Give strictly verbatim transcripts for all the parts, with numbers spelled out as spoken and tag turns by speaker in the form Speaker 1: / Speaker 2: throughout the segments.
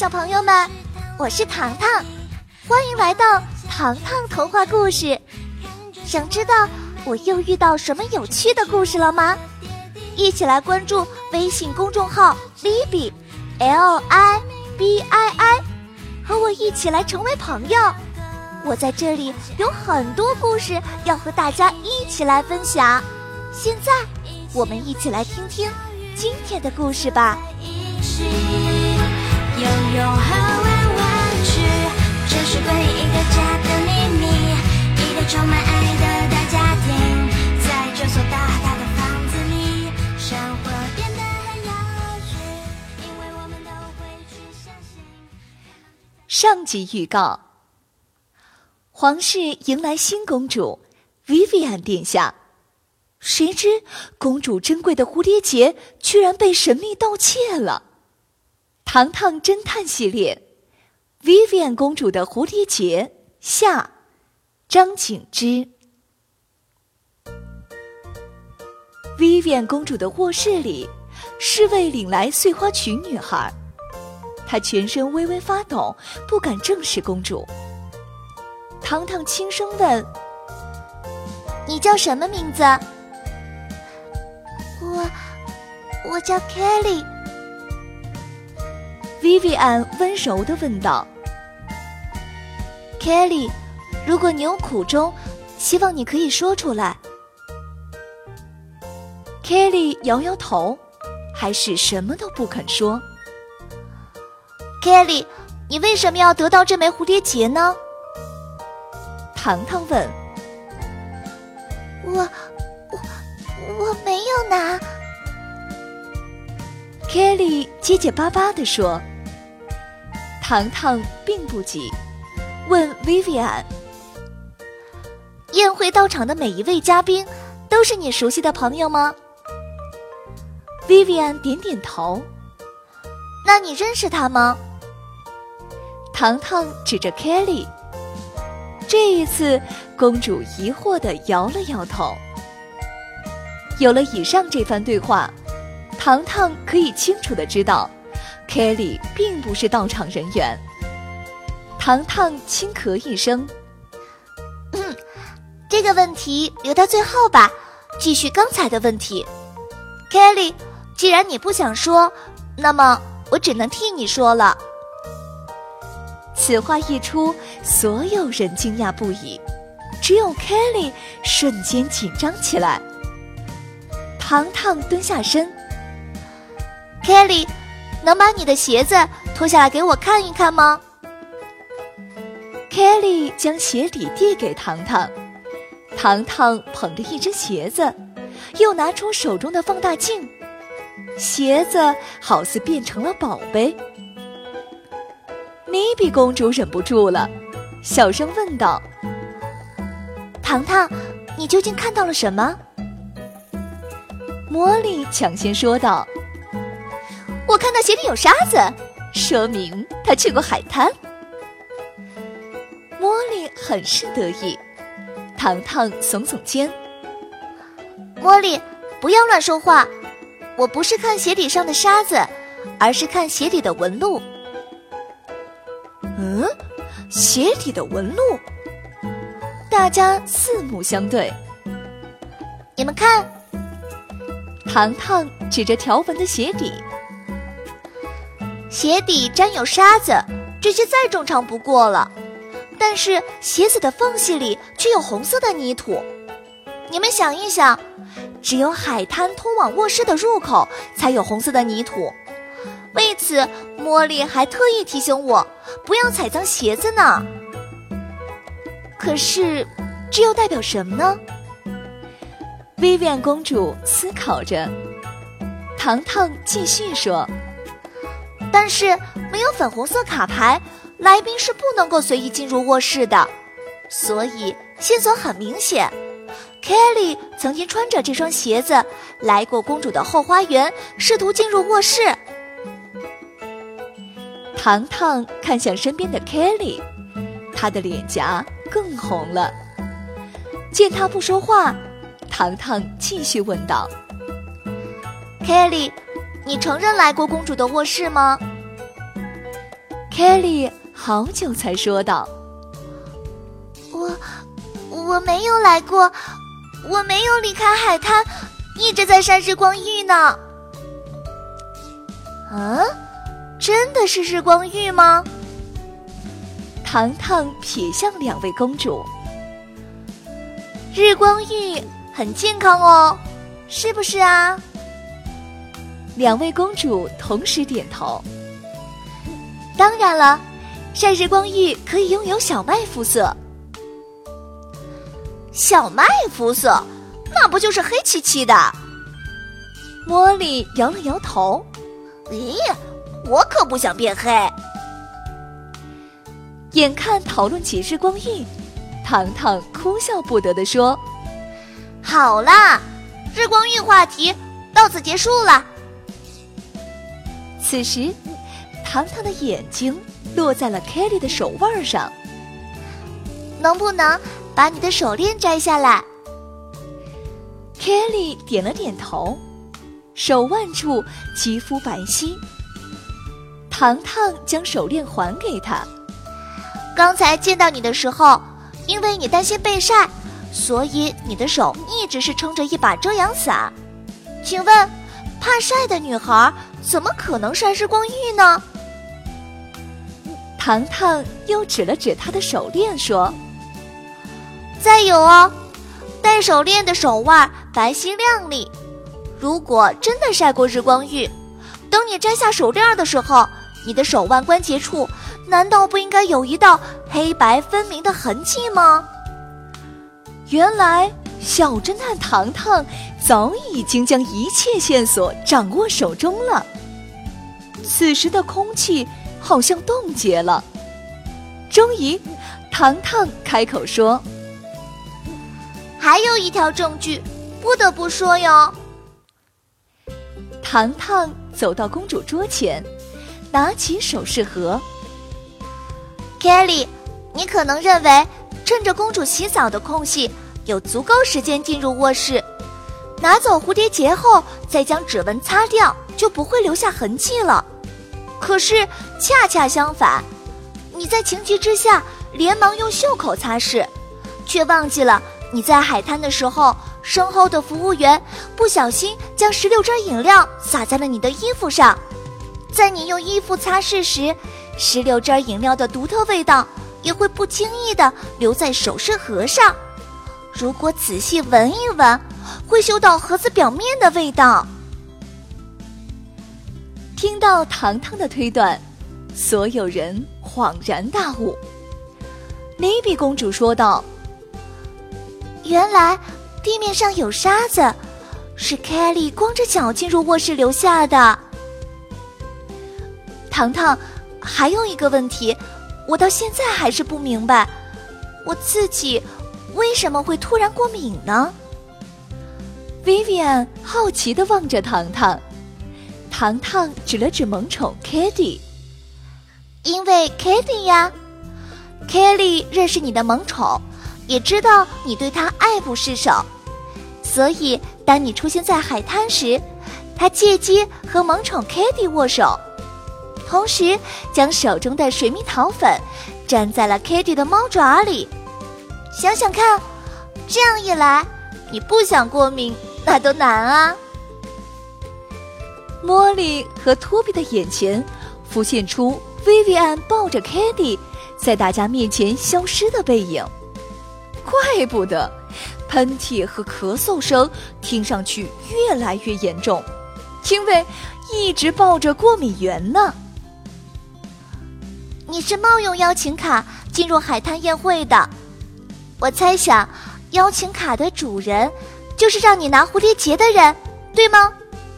Speaker 1: 小朋友们，我是糖糖，欢迎来到糖糖童话故事。想知道我又遇到什么有趣的故事了吗？一起来关注微信公众号 Libby L I B I I， 和我一起来成为朋友。我在这里有很多故事要和大家一起来分享。现在我们一起来听听今天的故事吧。
Speaker 2: 游泳和玩玩具，这是关于一个家的秘密，一个充满爱的大家庭，在这所大大的房子里，生活变得很有趣，因为我们都会去相信。
Speaker 3: 上集预告：皇室迎来新公主 Vivian 殿下，谁知公主珍贵的蝴蝶结居然被神秘盗窃了。糖糖侦探系列 Vivian 公主的蝴蝶结下，张景之。 Vivian 公主的卧室里，侍卫领来碎花裙女孩，她全身微微发抖，不敢正视公主。糖糖轻声问：
Speaker 1: 你叫什么名字？我我叫 Kelly。Vivian 温柔地问道。 Kelly， 如果你有苦衷，希望你可以说出来。
Speaker 3: Kelly 摇摇头，还是什么都不肯说。
Speaker 1: Kelly， 你为什么要得到这枚蝴蝶结呢？
Speaker 3: 糖糖问。
Speaker 1: 我我我没有拿。
Speaker 3: Kelly 结结巴巴地说。糖糖并不急，问 Vivian：
Speaker 1: 宴会到场的每一位嘉宾都是你熟悉的朋友吗？
Speaker 3: Vivian 点点头。
Speaker 1: 那你认识他吗？
Speaker 3: 糖糖指着 Kelly。这一次公主疑惑地摇了摇头。有了以上这番对话，糖糖可以清楚地知道 Kelly 并不是到场人员。糖糖轻咳一声，
Speaker 1: 嗯，这个问题留到最后吧，继续刚才的问题。 Kelly， 既然你不想说，那么我只能替你说了。
Speaker 3: 此话一出，所有人惊讶不已，只有 Kelly 瞬间紧张起来。糖糖蹲下身，
Speaker 1: Kelly， 能把你的鞋子脱下来给我看一看吗？
Speaker 3: Kelly 将鞋底递给糖糖，糖糖捧着一只鞋子，又拿出手中的放大镜，鞋子好似变成了宝贝。妮比公主忍不住了，小声问道：
Speaker 1: 糖糖，你究竟看到了什么？
Speaker 3: 茉莉抢先说道：
Speaker 1: 我看到鞋底有沙子，
Speaker 3: 说明她去过海滩。茉莉很是得意，糖糖耸耸肩：
Speaker 1: 茉莉，不要乱说话，我不是看鞋底上的沙子，而是看鞋底的纹路。
Speaker 3: 嗯，鞋底的纹路。大家四目相对。
Speaker 1: 你们看，
Speaker 3: 糖糖指着条纹的鞋底。
Speaker 1: 鞋底沾有沙子，这些再正常不过了，但是鞋子的缝隙里却有红色的泥土。你们想一想，只有海滩通往卧室的入口才有红色的泥土，为此茉莉还特意提醒我不要踩脏鞋子呢。可是这又代表什么呢？
Speaker 3: Vivian 公主思考着。糖糖继续说：
Speaker 1: 但是没有粉红色卡牌，来宾是不能够随意进入卧室的，所以线索很明显， Kelly 曾经穿着这双鞋子来过公主的后花园，试图进入卧室。
Speaker 3: 糖糖看向身边的 Kelly， 她的脸颊更红了。见她不说话，糖糖继续问道：
Speaker 1: Kelly， 你承认来过公主的卧室吗？
Speaker 3: Kelly 好久才说道：“
Speaker 1: 我我没有来过，我没有离开海滩，一直在晒日光浴呢。”嗯，真的是日光浴吗？
Speaker 3: 糖糖瞥向两位公主。
Speaker 1: 日光浴很健康哦，是不是啊？
Speaker 3: 两位公主同时点头。
Speaker 1: 当然了，晒日光浴可以拥有小麦肤色。小麦肤色，那不就是黑漆漆的？
Speaker 3: 茉莉摇了摇头。
Speaker 1: 咦，我可不想变黑。
Speaker 3: 眼看讨论起日光浴，糖糖哭笑不得地说：“
Speaker 1: 好啦，日光浴话题到此结束了。”
Speaker 3: 此时，糖糖的眼睛落在了 Kelly 的手腕上。
Speaker 1: 能不能把你的手链摘下来？
Speaker 3: Kelly 点了点头，手腕处肌肤白皙。糖糖将手链还给他。
Speaker 1: 刚才见到你的时候，因为你担心被晒，所以你的手一直是撑着一把遮阳伞。请问，怕晒的女孩怎么可能晒日光浴呢？
Speaker 3: 糖糖又指了指她的手链说：“
Speaker 1: 再有哦，戴手链的手腕白皙亮丽。如果真的晒过日光浴，等你摘下手链的时候，你的手腕关节处难道不应该有一道黑白分明的痕迹吗？”
Speaker 3: 原来小侦探糖糖早已经将一切线索掌握手中了。此时的空气好像冻结了。终于，糖糖开口说：“
Speaker 1: 还有一条证据，不得不说哟。”
Speaker 3: 糖糖走到公主桌前，拿起首饰盒。
Speaker 1: Kelly， 你可能认为趁着公主洗澡的空隙，有足够时间进入卧室，拿走蝴蝶结后，再将指纹擦掉，就不会留下痕迹了。可是恰恰相反，你在情急之下连忙用袖口擦拭，却忘记了你在海滩的时候，身后的服务员不小心将石榴汁饮料洒在了你的衣服上。在你用衣服擦拭时，石榴汁饮料的独特味道也会不经意地留在首饰盒上。如果仔细闻一闻，会嗅到盒子表面的味道。
Speaker 3: 听到糖糖的推断，所有人恍然大悟。莉比公主说道：“
Speaker 1: 原来地面上有沙子，是 Kelly 光着脚进入卧室留下的。”糖糖，还有一个问题，我到现在还是不明白，我自己为什么会突然过敏呢？
Speaker 3: Vivian 好奇地望着糖糖，糖糖指了指萌宠 Kitty。
Speaker 1: 因为 Kitty 呀 Kelly 认识你的萌宠，也知道你对他爱不释手，所以当你出现在海滩时，他借机和萌宠 Kitty 握手，同时将手中的水蜜桃粉粘在了 Kitty 的猫爪里。想想看，这样一来，你不想过敏那都难啊。
Speaker 3: 茉莉和托比的眼前浮现出 Vivian 抱着 Kitty 在大家面前消失的背影，怪不得喷嚏和咳嗽声听上去越来越严重，因为一直抱着过敏源呢。
Speaker 1: 你是冒用邀请卡进入海滩宴会的，我猜想邀请卡的主人就是让你拿蝴蝶结的人，对吗？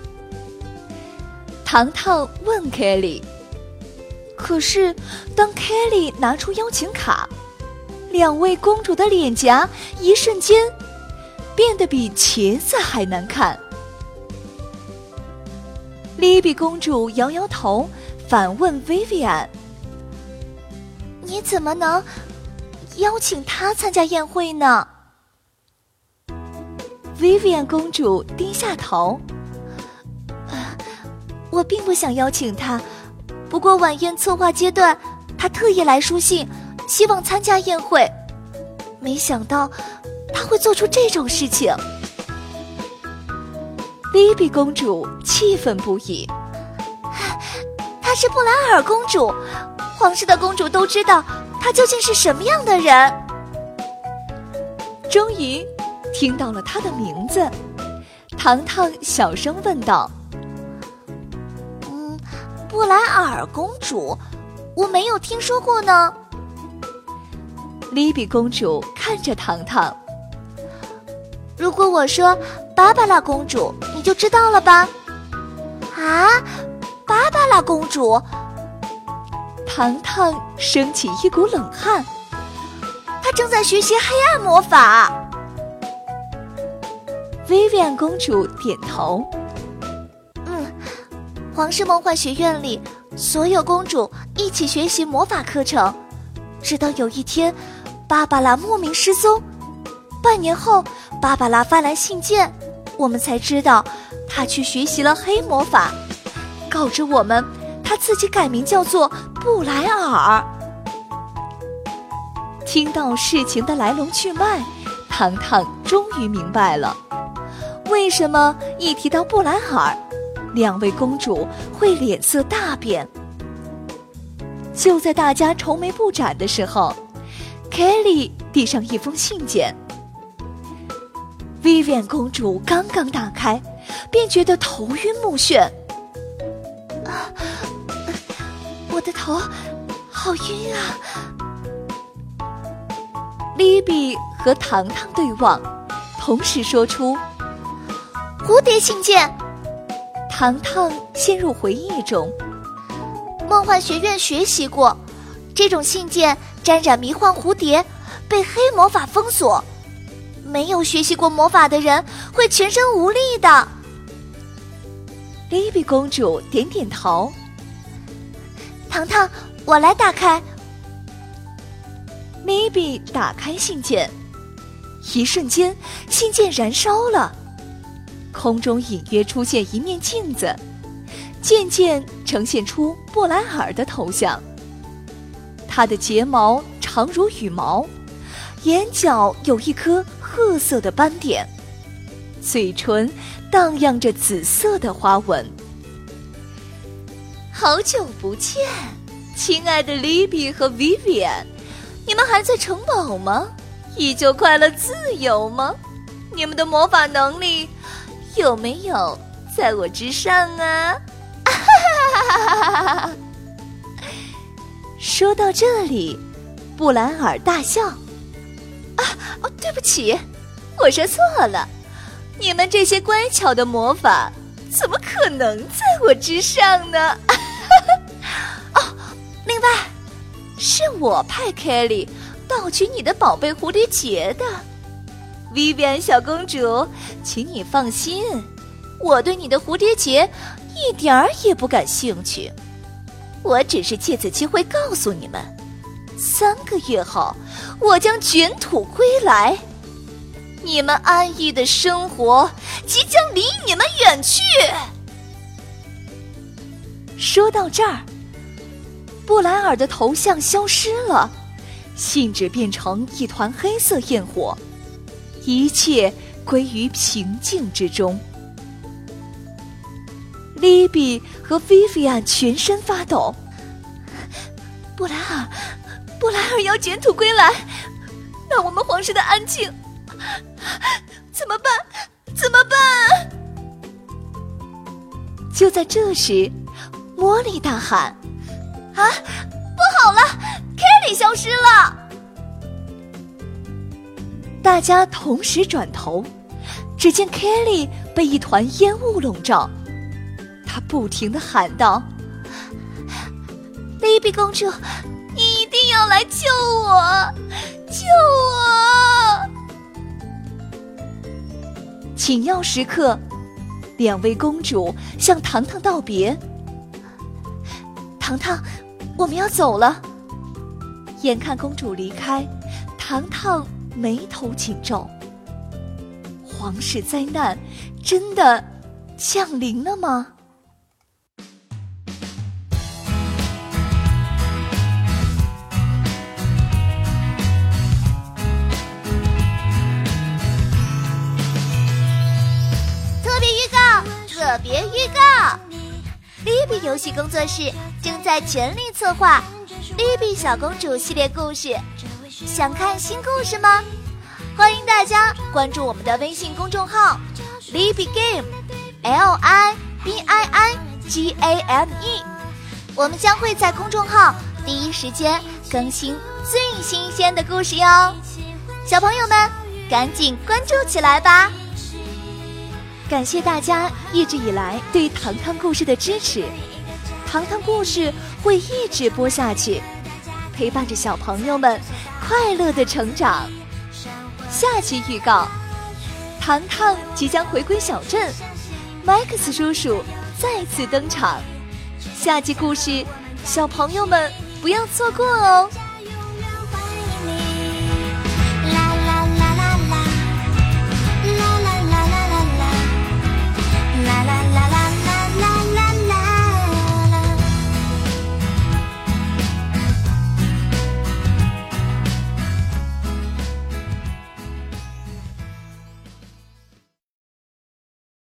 Speaker 3: 糖糖问 Kelly。 可是当 Kelly 拿出邀请卡，两位公主的脸颊一瞬间变得比茄子还难看。莉比公主摇摇头，反问 Vivian：
Speaker 1: 你怎么能邀请她参加宴会呢？
Speaker 3: Vivian 公主低下头，
Speaker 1: 我并不想邀请她，不过晚宴策划阶段他特意来书信，希望参加宴会。没想到他会做出这种事情。
Speaker 3: 莉比公主气愤不已。
Speaker 1: 她是布莱尔公主，皇室的公主都知道她究竟是什么样的人。
Speaker 3: 终于听到了她的名字，糖糖小声问道：
Speaker 1: 嗯，布莱尔公主，我没有听说过呢。
Speaker 3: 莉比公主看着糖糖，
Speaker 1: 如果我说芭芭拉公主，你就知道了吧？啊，芭芭拉公主！
Speaker 3: 糖糖升起一股冷汗，
Speaker 1: 她正在学习黑暗魔法。
Speaker 3: 薇薇安公主点头。
Speaker 1: 嗯，皇室梦幻学院里，所有公主一起学习魔法课程，直到有一天，芭芭拉莫名失踪。半年后，芭芭拉发来信件，我们才知道她去学习了黑魔法，告知我们她自己改名叫做布莱尔。
Speaker 3: 听到事情的来龙去脉，糖糖终于明白了，为什么一提到布莱尔，两位公主会脸色大变。就在大家愁眉不展的时候，凯莉递上一封信件。薇薇安公主刚刚打开，便觉得头晕目眩。
Speaker 1: 啊，我的头好晕啊！
Speaker 3: 莉比和糖糖对望，同时说出
Speaker 1: 蝴蝶信件。
Speaker 3: 糖糖陷入回忆中。
Speaker 1: 梦幻学院学习过，这种信件沾染迷幻蝴蝶，被黑魔法封锁。没有学习过魔法的人会全身无力的。
Speaker 3: 莉比公主点点头。
Speaker 1: 糖糖，我来打开。
Speaker 3: 莉比打开信件，一瞬间，信件燃烧了，空中隐约出现一面镜子，渐渐呈现出布莱尔的头像。她的睫毛长如羽毛，眼角有一颗褐色的斑点，嘴唇荡漾着紫色的花纹。好久不见，亲爱的莉比和 Vivian， 你们还在城堡吗？依旧快乐自由吗？你们的魔法能力有没有在我之上啊？说到这里，布兰尔大笑。啊，哦，对不起，我说错了，你们这些乖巧的魔法怎么可能在我之上呢？哦，另外，是我派凯莉盗取你的宝贝蝴蝶结的。薇薇安小公主，请你放心，我对你的蝴蝶结一点儿也不感兴趣。我只是借此机会告诉你们，三个月后我将卷土归来，你们安逸的生活即将离你们远去。说到这儿，布莱尔的头像消失了，信纸变成一团黑色焰火，一切归于平静之中。莉比和薇薇安全身发抖。布莱尔，布莱尔要卷土归来，那我们皇室的安静怎么办？怎么办？就在这时，茉莉大喊：“啊，不好了，凯莉消失了！”大家同时转头，只见凯莉被一团烟雾笼罩。她不停地喊道：“
Speaker 1: 莉比公主，你一定要来救我，救我！”
Speaker 3: 紧要时刻，两位公主向糖糖道别。
Speaker 1: 糖糖，我们要走了。
Speaker 3: 眼看公主离开，糖糖眉头紧皱。皇室灾难真的降临了吗？
Speaker 1: 特别预告。利比游戏工作室正在全力策划利比小公主系列故事，想看新故事吗？欢迎大家关注我们的微信公众号 Libby Game L I B I I G A M E， 我们将会在公众号第一时间更新最新鲜的故事哟。小朋友们赶紧关注起来吧。
Speaker 3: 感谢大家一直以来对糖糖故事的支持，糖糖故事会一直播下去，陪伴着小朋友们快乐的成长。下期预告，糖糖即将回归小镇，麦克斯叔叔再次登场。下集故事，小朋友们不要错过哦。